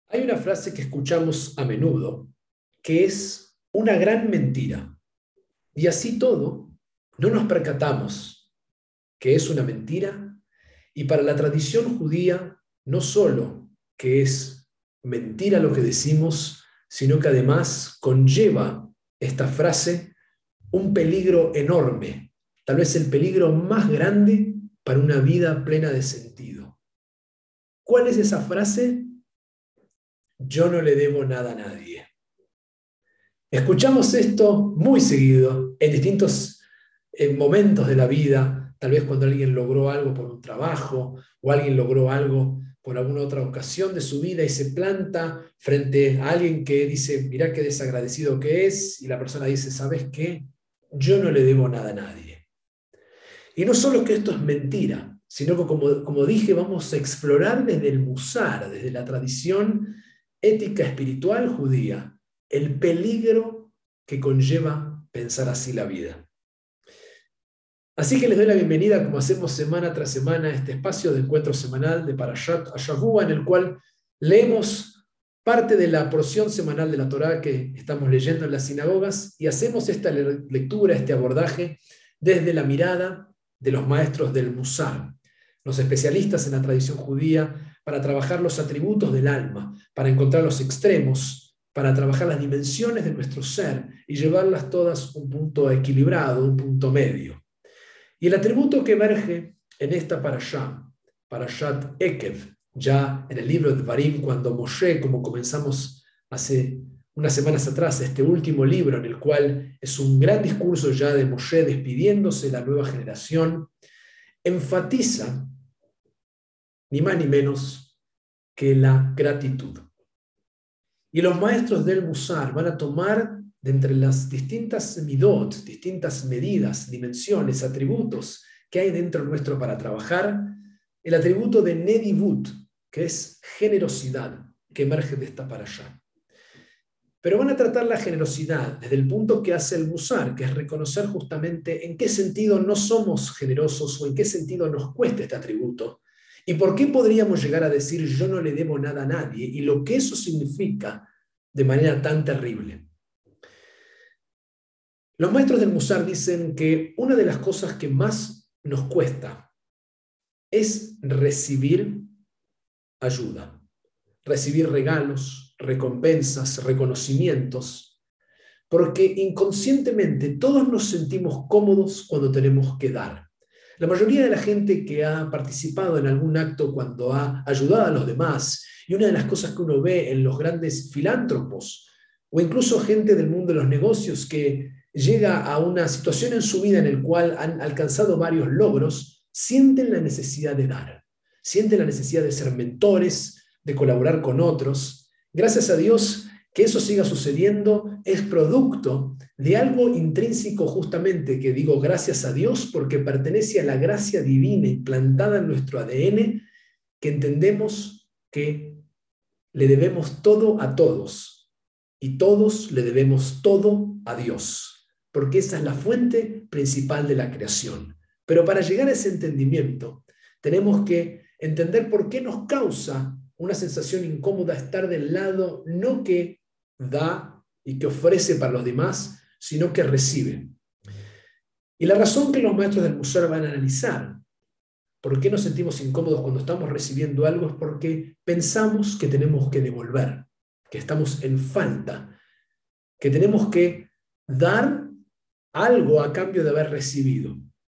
Hay una frase que escuchamos a menudo, que es una gran mentira. Y así todo, no nos percatamos que es una mentira. Y para la tradición judía, no solo que es mentira lo que decimos, sino que además conlleva esta frase un peligro enorme, tal vez el peligro más grande para una vida plena de sentido. ¿Cuál es esa frase? Yo no le debo nada a nadie. Escuchamos esto muy seguido en distintos momentos de la vida, tal vez cuando alguien logró algo por un trabajo o alguien logró algo por alguna otra ocasión de su vida y se planta frente a alguien que dice, mirá qué desagradecido que es, y la persona dice, ¿sabes qué? Yo no le debo nada a nadie. Y no solo que esto es mentira, sino que como dije, vamos a explorar desde el Musar, desde la tradición ética espiritual judía, el peligro que conlleva pensar así la vida. Así que les doy la bienvenida, como hacemos semana tras semana, a este espacio de encuentro semanal de Parashat Ashavua, en el cual leemos parte de la porción semanal de la Torá que estamos leyendo en las sinagogas y hacemos esta lectura, este abordaje, desde la mirada de los maestros del Musar, los especialistas en la tradición judía, para trabajar los atributos del alma, para encontrar los extremos, para trabajar las dimensiones de nuestro ser y llevarlas todas a un punto equilibrado, un punto medio. Y el atributo que emerge en esta Parashat Ekev, ya en el libro de Dvarim, cuando Moshe, como comenzamos hace unas semanas atrás, este último libro en el cual es un gran discurso ya de Moshe despidiéndose de la nueva generación, enfatiza ni más ni menos que la gratitud. Y los maestros del Musar van a tomar de entre las distintas midot, distintas medidas, dimensiones, atributos que hay dentro nuestro para trabajar, el atributo de nedivut, que es generosidad, que emerge de esta parashá. Pero van a tratar la generosidad desde el punto que hace el Musar, que es reconocer justamente en qué sentido no somos generosos o en qué sentido nos cuesta este atributo. ¿Y por qué podríamos llegar a decir yo no le debo nada a nadie? Y lo que eso significa de manera tan terrible. Los maestros del Musar dicen que una de las cosas que más nos cuesta es recibir ayuda, recibir regalos, recompensas, reconocimientos, porque inconscientemente todos nos sentimos cómodos cuando tenemos que dar. La mayoría de la gente que ha participado en algún acto cuando ha ayudado a los demás, y una de las cosas que uno ve en los grandes filántropos, o incluso gente del mundo de los negocios que llega a una situación en su vida en la cual han alcanzado varios logros, sienten la necesidad de dar, sienten la necesidad de ser mentores, de colaborar con otros. Gracias a Dios, que eso siga sucediendo es producto de algo intrínseco justamente, que digo gracias a Dios porque pertenece a la gracia divina implantada en nuestro ADN, que entendemos que le debemos todo a todos y todos le debemos todo a Dios, porque esa es la fuente principal de la creación. Pero para llegar a ese entendimiento tenemos que entender por qué nos causa una sensación incómoda estar del lado no que da y que ofrece para los demás, sino que recibe. Y la razón que los maestros del Musar van a analizar, por qué nos sentimos incómodos cuando estamos recibiendo algo, es porque pensamos que tenemos que devolver, que estamos en falta, que tenemos que dar algo a cambio de haber recibido.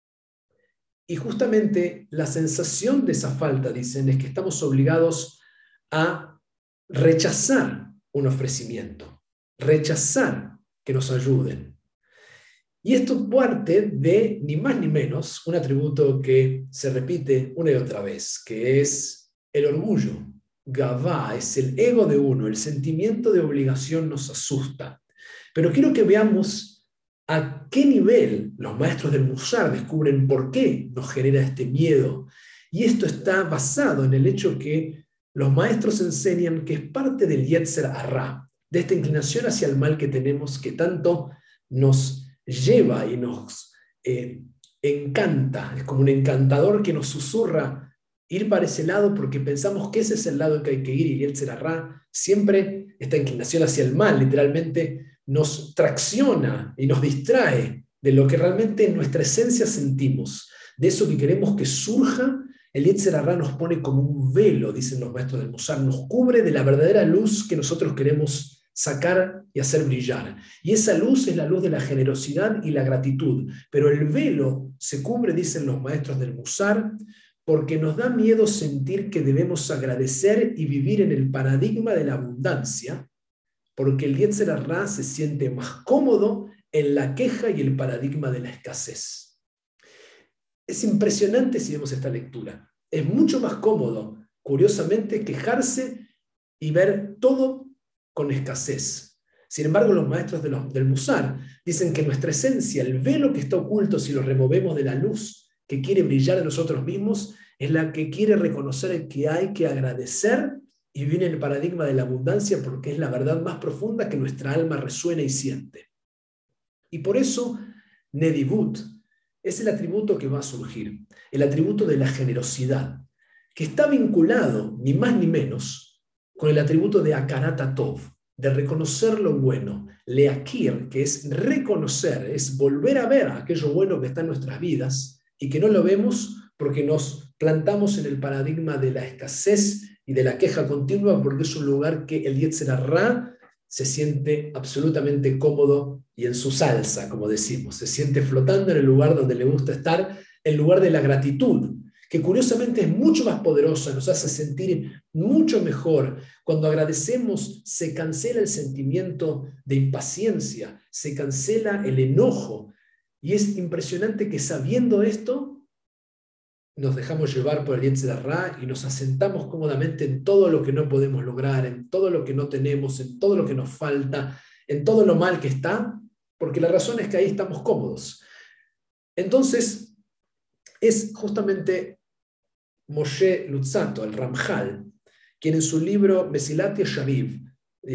Y justamente la sensación de esa falta, dicen, es que estamos obligados a rechazar un ofrecimiento, rechazar que nos ayuden. Y esto parte de, ni más ni menos, un atributo que se repite una y otra vez, que es el orgullo. Gavá es el ego de uno, el sentimiento de obligación nos asusta. Pero quiero que veamos a qué nivel los maestros del Musar descubren por qué nos genera este miedo. Y esto está basado en el hecho que los maestros enseñan que es parte del Yetzer Hará, de esta inclinación hacia el mal que tenemos, que tanto nos lleva y nos encanta, es como un encantador que nos susurra ir para ese lado porque pensamos que ese es el lado que hay que ir, y el Yetzer Hará, siempre esta inclinación hacia el mal, literalmente nos tracciona y nos distrae de lo que realmente en nuestra esencia sentimos, de eso que queremos que surja. El Yetzer Hará nos pone como un velo, dicen los maestros del Musar, nos cubre de la verdadera luz que nosotros queremos sacar y hacer brillar. Y esa luz es la luz de la generosidad y la gratitud. Pero el velo se cubre, dicen los maestros del Musar, porque nos da miedo sentir que debemos agradecer y vivir en el paradigma de la abundancia, porque el Yetzer Hará se siente más cómodo en la queja y el paradigma de la escasez. Es impresionante si vemos esta lectura. Es mucho más cómodo, curiosamente, quejarse y ver todo con escasez. Sin embargo, los maestros del Musar dicen que nuestra esencia, el velo que está oculto si lo removemos de la luz que quiere brillar en nosotros mismos, es la que quiere reconocer que hay que agradecer y vivir en el paradigma de la abundancia, porque es la verdad más profunda que nuestra alma resuena y siente. Y por eso, Nedivut es el atributo que va a surgir, el atributo de la generosidad, que está vinculado, ni más ni menos, con el atributo de Akarat HaTov, de reconocer lo bueno, Leakir, que es reconocer, es volver a ver aquello bueno que está en nuestras vidas y que no lo vemos porque nos plantamos en el paradigma de la escasez y de la queja continua, porque es un lugar que el Yetzer Hará se siente absolutamente cómodo y en su salsa, como decimos, se siente flotando en el lugar donde le gusta estar, el lugar de la gratitud, que curiosamente es mucho más poderosa, nos hace sentir mucho mejor. Cuando agradecemos, se cancela el sentimiento de impaciencia, se cancela el enojo, y es impresionante que sabiendo esto, nos dejamos llevar por el Yetzer Hará y nos asentamos cómodamente en todo lo que no podemos lograr, en todo lo que no tenemos, en todo lo que nos falta, en todo lo mal que está, porque la razón es que ahí estamos cómodos. Entonces, es justamente Moshe Luzzatto, el Ramjal, quien en su libro Mesilat Yesharim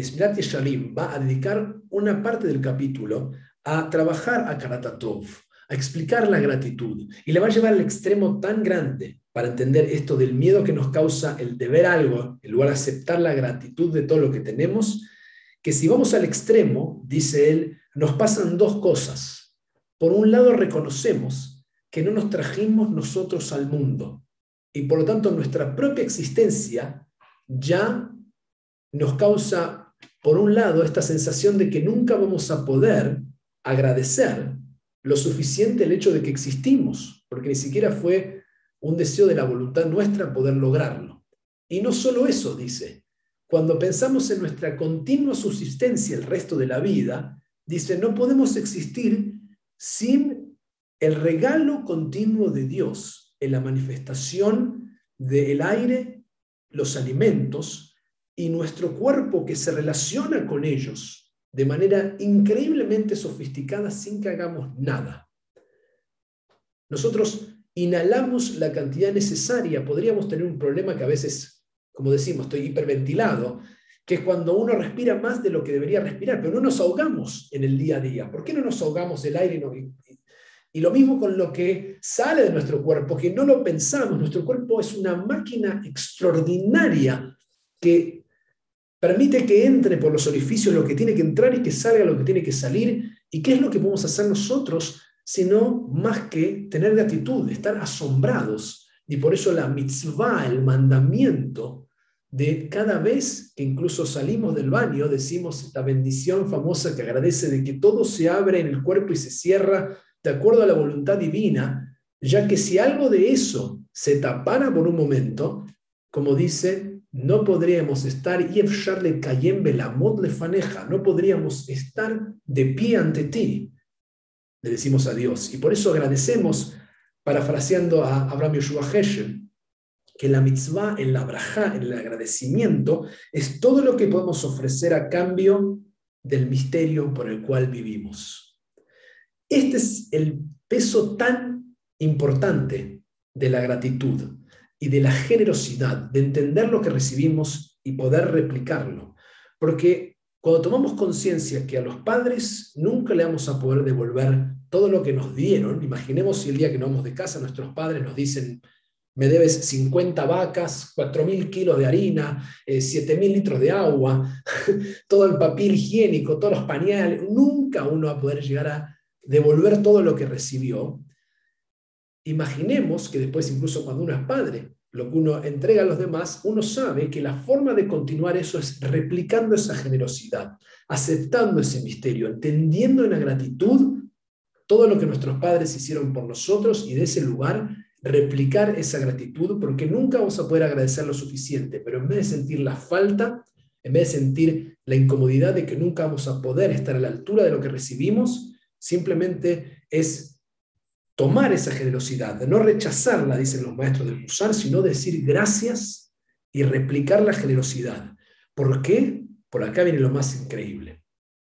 va a dedicar una parte del capítulo a trabajar a Akarat HaTov, a explicar la gratitud, y le va a llevar al extremo tan grande para entender esto del miedo que nos causa el deber algo, en lugar de aceptar la gratitud de todo lo que tenemos, que si vamos al extremo, dice él, nos pasan dos cosas. Por un lado, reconocemos que no nos trajimos nosotros al mundo, y por lo tanto nuestra propia existencia ya nos causa, por un lado, esta sensación de que nunca vamos a poder agradecer lo suficiente el hecho de que existimos, porque ni siquiera fue un deseo de la voluntad nuestra poder lograrlo. Y no solo eso, dice, cuando pensamos en nuestra continua subsistencia el resto de la vida, dice, no podemos existir sin el regalo continuo de Dios en la manifestación del aire, los alimentos y nuestro cuerpo que se relaciona con ellos de manera increíblemente sofisticada sin que hagamos nada. Nosotros inhalamos la cantidad necesaria. Podríamos tener un problema que a veces, como decimos, estoy hiperventilado, que es cuando uno respira más de lo que debería respirar, pero no nos ahogamos en el día a día. ¿Por qué no nos ahogamos el aire? Y lo mismo con lo que sale de nuestro cuerpo, que no lo pensamos. Nuestro cuerpo es una máquina extraordinaria que permite que entre por los orificios lo que tiene que entrar y que salga lo que tiene que salir. ¿Y qué es lo que podemos hacer nosotros sino más que tener gratitud, estar asombrados? Y por eso la mitzvah, el mandamiento de cada vez que incluso salimos del baño, decimos esta bendición famosa que agradece de que todo se abre en el cuerpo y se cierra de acuerdo a la voluntad divina, ya que si algo de eso se tapara por un momento, como dice, no podríamos estar, no podríamos estar de pie ante ti, le decimos a Dios. Y por eso agradecemos, parafraseando a Abraham Yoshua Heschel, que la mitzvah, en la brajá, en el agradecimiento, es todo lo que podemos ofrecer a cambio del misterio por el cual vivimos. Este es el peso tan importante de la gratitud y de la generosidad, de entender lo que recibimos y poder replicarlo. Porque cuando tomamos conciencia que a los padres nunca le vamos a poder devolver todo lo que nos dieron, imaginemos si el día que nos vamos de casa nuestros padres nos dicen, me debes 50 vacas, 4.000 kilos de harina, 7.000 litros de agua, todo el papel higiénico, todos los pañales. Nunca uno va a poder llegar a devolver todo lo que recibió. Imaginemos que después, incluso cuando uno es padre, lo que uno entrega a los demás, uno sabe que la forma de continuar eso es replicando esa generosidad, aceptando ese misterio, entendiendo en la gratitud todo lo que nuestros padres hicieron por nosotros y de ese lugar replicar esa gratitud, porque nunca vamos a poder agradecer lo suficiente, pero en vez de sentir la falta, en vez de sentir la incomodidad de que nunca vamos a poder estar a la altura de lo que recibimos, simplemente es tomar esa generosidad, de no rechazarla, dicen los maestros del Musar, sino decir gracias y replicar la generosidad. ¿Por qué? Por acá viene lo más increíble.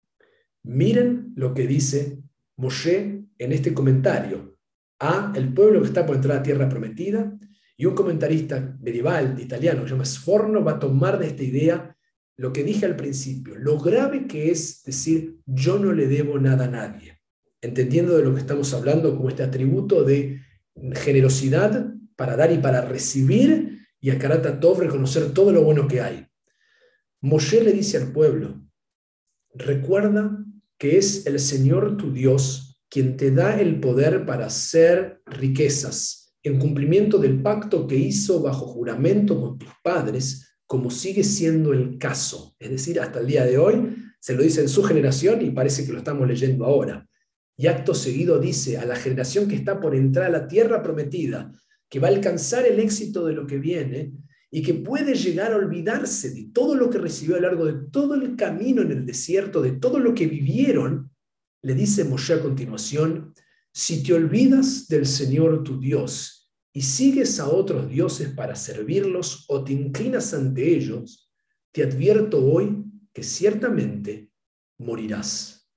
Miren lo que dice Moshe en este comentario a el pueblo que está por entrar a tierra prometida, y un comentarista medieval italiano que se llama Sforno va a tomar de esta idea lo que dije al principio, lo grave que es decir yo no le debo nada a nadie, entendiendo de lo que estamos hablando como este atributo de generosidad para dar y para recibir, y a Karata Tov reconocer todo lo bueno que hay. Moshe le dice al pueblo, recuerda que es el Señor tu Dios quien te da el poder para hacer riquezas, en cumplimiento del pacto que hizo bajo juramento con tus padres, como sigue siendo el caso. Es decir, hasta el día de hoy se lo dice en su generación y parece que lo estamos leyendo ahora. Y acto seguido dice a la generación que está por entrar a la tierra prometida, que va a alcanzar el éxito de lo que viene y que puede llegar a olvidarse de todo lo que recibió a lo largo de todo el camino en el desierto, de todo lo que vivieron, le dice Moshe a continuación, si te olvidas del Señor tu Dios y sigues a otros dioses para servirlos o te inclinas ante ellos, te advierto hoy que ciertamente morirás.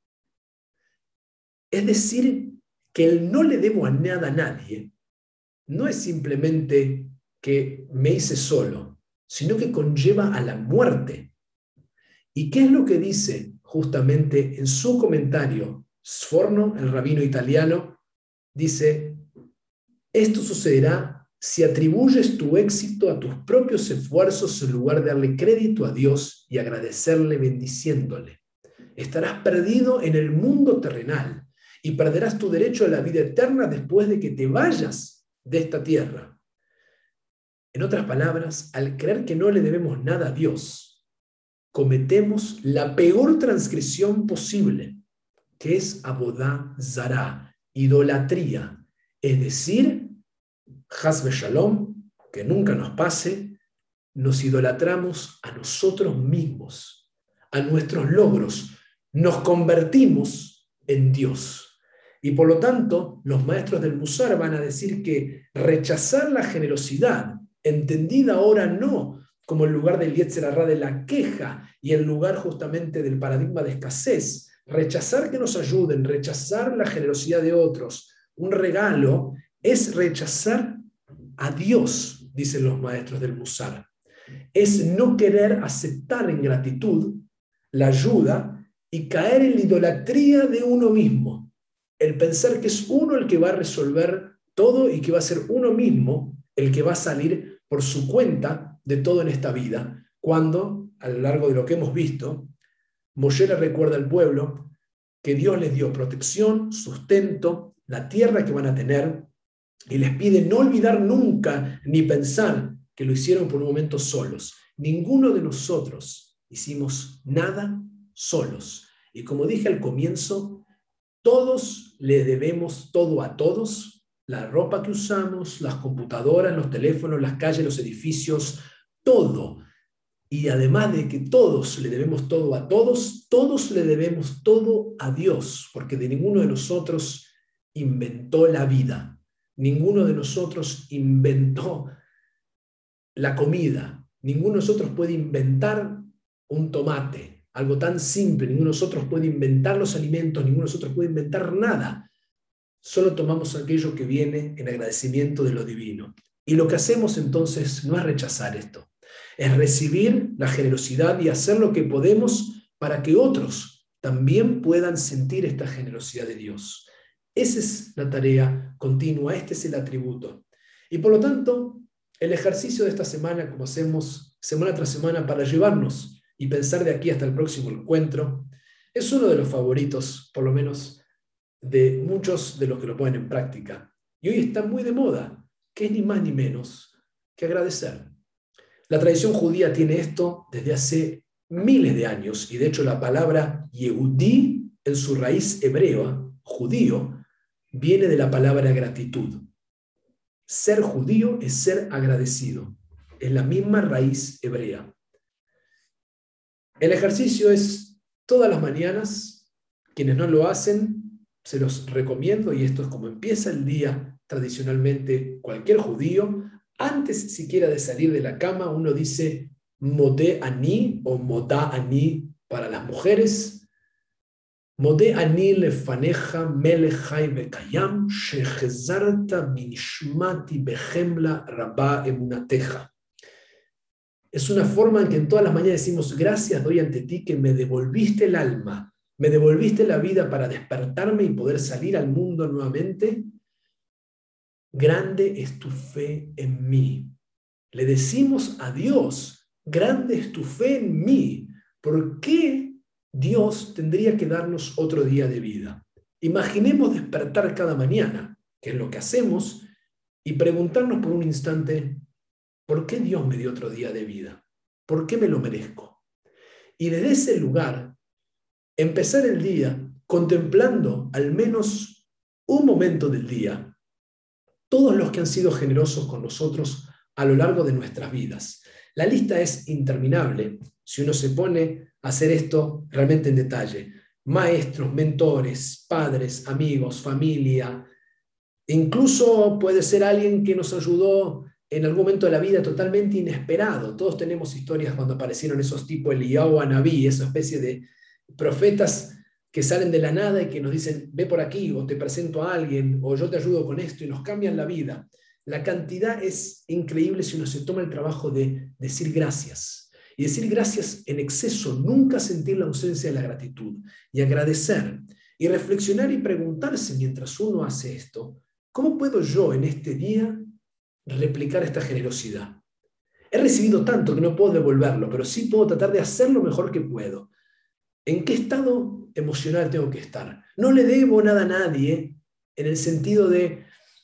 Es decir, que el no le debo a nada a nadie no es simplemente que me hice solo, sino que conlleva a la muerte. ¿Y qué es lo que dice justamente en su comentario Sforno, el rabino italiano? Dice, esto sucederá si atribuyes tu éxito a tus propios esfuerzos en lugar de darle crédito a Dios y agradecerle bendiciéndole. Estarás perdido en el mundo terrenal y perderás tu derecho a la vida eterna después de que te vayas de esta tierra. En otras palabras, al creer que no le debemos nada a Dios, cometemos la peor transgresión posible, que es abodá zará, idolatría. Es decir, Haz Shalom, que nunca nos pase, nos idolatramos a nosotros mismos, a nuestros logros, nos convertimos en Dios. Y por lo tanto, los maestros del Musar van a decir que rechazar la generosidad, entendida ahora no como el lugar del Yetzer Hará de la queja y el lugar justamente del paradigma de escasez, rechazar que nos ayuden, rechazar la generosidad de otros, un regalo, es rechazar a Dios, dicen los maestros del Musar. Es no querer aceptar en gratitud la ayuda y caer en la idolatría de uno mismo. El pensar que es uno el que va a resolver todo y que va a ser uno mismo el que va a salir por su cuenta de todo en esta vida, cuando, a lo largo de lo que hemos visto, Moshe le recuerda al pueblo que Dios les dio protección, sustento, la tierra que van a tener, y les pide no olvidar nunca ni pensar que lo hicieron por un momento solos. Ninguno de nosotros hicimos nada solos. Y como dije al comienzo, todos le debemos todo a todos, la ropa que usamos, las computadoras, los teléfonos, las calles, los edificios, todo. Y además de que todos le debemos todo a todos, todos le debemos todo a Dios, porque de ninguno de nosotros inventó la vida. Ninguno de nosotros inventó la comida. Ninguno de nosotros puede inventar un tomate, algo tan simple. Ninguno de nosotros puede inventar los alimentos, ninguno de nosotros puede inventar nada. Solo tomamos aquello que viene en agradecimiento de lo divino. Y lo que hacemos entonces no es rechazar esto, es recibir la generosidad y hacer lo que podemos para que otros también puedan sentir esta generosidad de Dios. Esa es la tarea continua, este es el atributo. Y por lo tanto, el ejercicio de esta semana, como hacemos semana tras semana para llevarnos y pensar de aquí hasta el próximo encuentro, es uno de los favoritos, por lo menos, de muchos de los que lo ponen en práctica. Y hoy está muy de moda, que es ni más ni menos que agradecer. La tradición judía tiene esto desde hace miles de años, y de hecho la palabra Yehudí, en su raíz hebrea, judío, viene de la palabra gratitud. Ser judío es ser agradecido. Es la misma raíz hebrea. El ejercicio es todas las mañanas. Quienes no lo hacen, se los recomiendo, y esto es como empieza el día tradicionalmente cualquier judío. Antes siquiera de salir de la cama, uno dice Modé Ani o Modá Ani para las mujeres. Modé Ani lefaneja melech chai vekayam shechezarta binishmati behemla rabá emunateja. Es una forma en que en todas las mañanas decimos: gracias doy ante ti que me devolviste el alma, me devolviste la vida para despertarme y poder salir al mundo nuevamente. Grande es tu fe en mí. Le decimos a Dios: grande es tu fe en mí. ¿Por qué Dios tendría que darnos otro día de vida? Imaginemos despertar cada mañana, que es lo que hacemos, y preguntarnos por un instante: ¿por qué Dios me dio otro día de vida? ¿Por qué me lo merezco? Y desde ese lugar, empezar el día contemplando al menos un momento del día todos los que han sido generosos con nosotros a lo largo de nuestras vidas. La lista es interminable si uno se pone a hacer esto realmente en detalle. Maestros, mentores, padres, amigos, familia. Incluso puede ser alguien que nos ayudó en algún momento de la vida totalmente inesperado. Todos tenemos historias cuando aparecieron esos tipos Eliyahu Anabí, esa especie de profetas que salen de la nada y que nos dicen: ve por aquí, o te presento a alguien, o yo te ayudo con esto, y nos cambian la vida. La cantidad es increíble si uno se toma el trabajo de decir gracias. Y decir gracias en exceso, nunca sentir la ausencia de la gratitud. Y agradecer, y reflexionar y preguntarse mientras uno hace esto: ¿cómo puedo yo en este día replicar esta generosidad? He recibido tanto que no puedo devolverlo, pero sí puedo tratar de hacer lo mejor que puedo. ¿En qué estado emocional tengo que estar? No le debo nada a nadie en el sentido de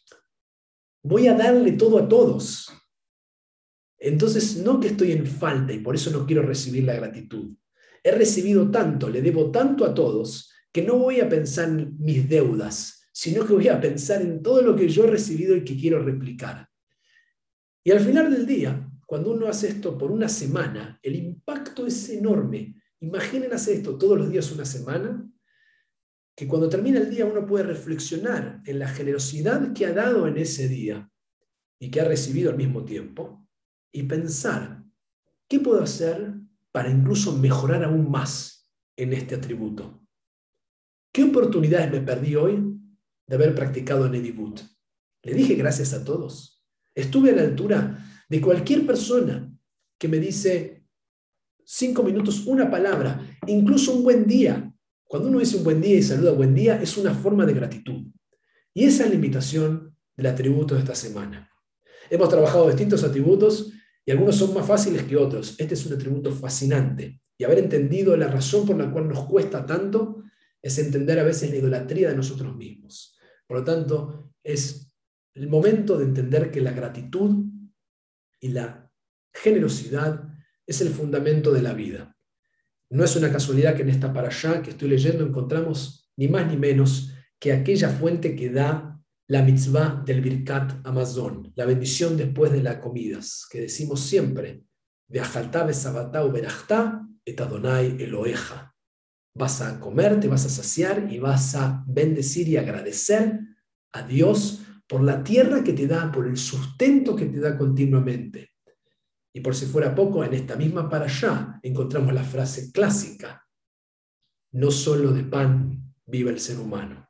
voy a darle todo a todos. Entonces, no que estoy en falta y por eso no quiero recibir la gratitud. He recibido tanto, le debo tanto a todos, que no voy a pensar en mis deudas, sino que voy a pensar en todo lo que yo he recibido y que quiero replicar. Y al final del día, cuando uno hace esto por una semana, el impacto es enorme. Imaginen hacer esto todos los días una semana, que cuando termina el día uno puede reflexionar en la generosidad que ha dado en ese día y que ha recibido al mismo tiempo, y pensar: ¿qué puedo hacer para incluso mejorar aún más en este atributo? ¿Qué oportunidades me perdí hoy de haber practicado Nedivut? ¿Le dije gracias a todos? ¿Estuve a la altura de cualquier persona que me dice 5 minutos, una palabra, incluso un buen día? Cuando uno dice un buen día y saluda buen día, es una forma de gratitud. Y esa es la invitación del atributo de esta semana. Hemos trabajado distintos atributos y algunos son más fáciles que otros. Este es un atributo fascinante. Y haber entendido la razón por la cual nos cuesta tanto es entender a veces la idolatría de nosotros mismos. Por lo tanto, es el momento de entender que la gratitud y la generosidad es el fundamento de la vida. No es una casualidad que en esta parashá que estoy leyendo encontramos ni más ni menos que aquella fuente que da la mitzvah del Birkat Hamazon, la bendición después de las comidas, que decimos siempre: Ve'achaltá ve'sabatá u'berachtá et Adonai Eloheja. Vas a comer, te vas a saciar y vas a bendecir y agradecer a Dios por la tierra que te da, por el sustento que te da continuamente. Y por si fuera poco, en esta misma parashá encontramos la frase clásica: no solo de pan vive el ser humano.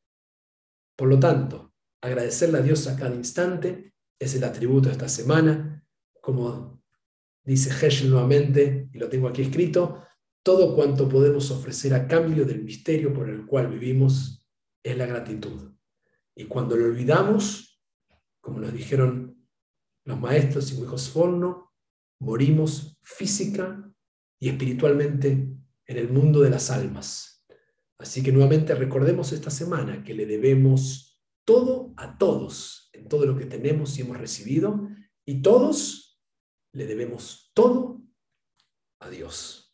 Por lo tanto, agradecerle a Dios a cada instante es el atributo de esta semana. Como dice Heschel nuevamente, y lo tengo aquí escrito: todo cuanto podemos ofrecer a cambio del misterio por el cual vivimos es la gratitud. Y cuando lo olvidamos, como nos dijeron los maestros y hijos Forno, morimos física y espiritualmente en el mundo de las almas. Así que nuevamente recordemos esta semana que le debemos todo a todos, en todo lo que tenemos y hemos recibido, y todos le debemos todo a Dios.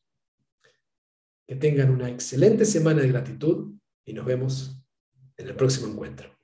Que tengan una excelente semana de gratitud y nos vemos en el próximo encuentro.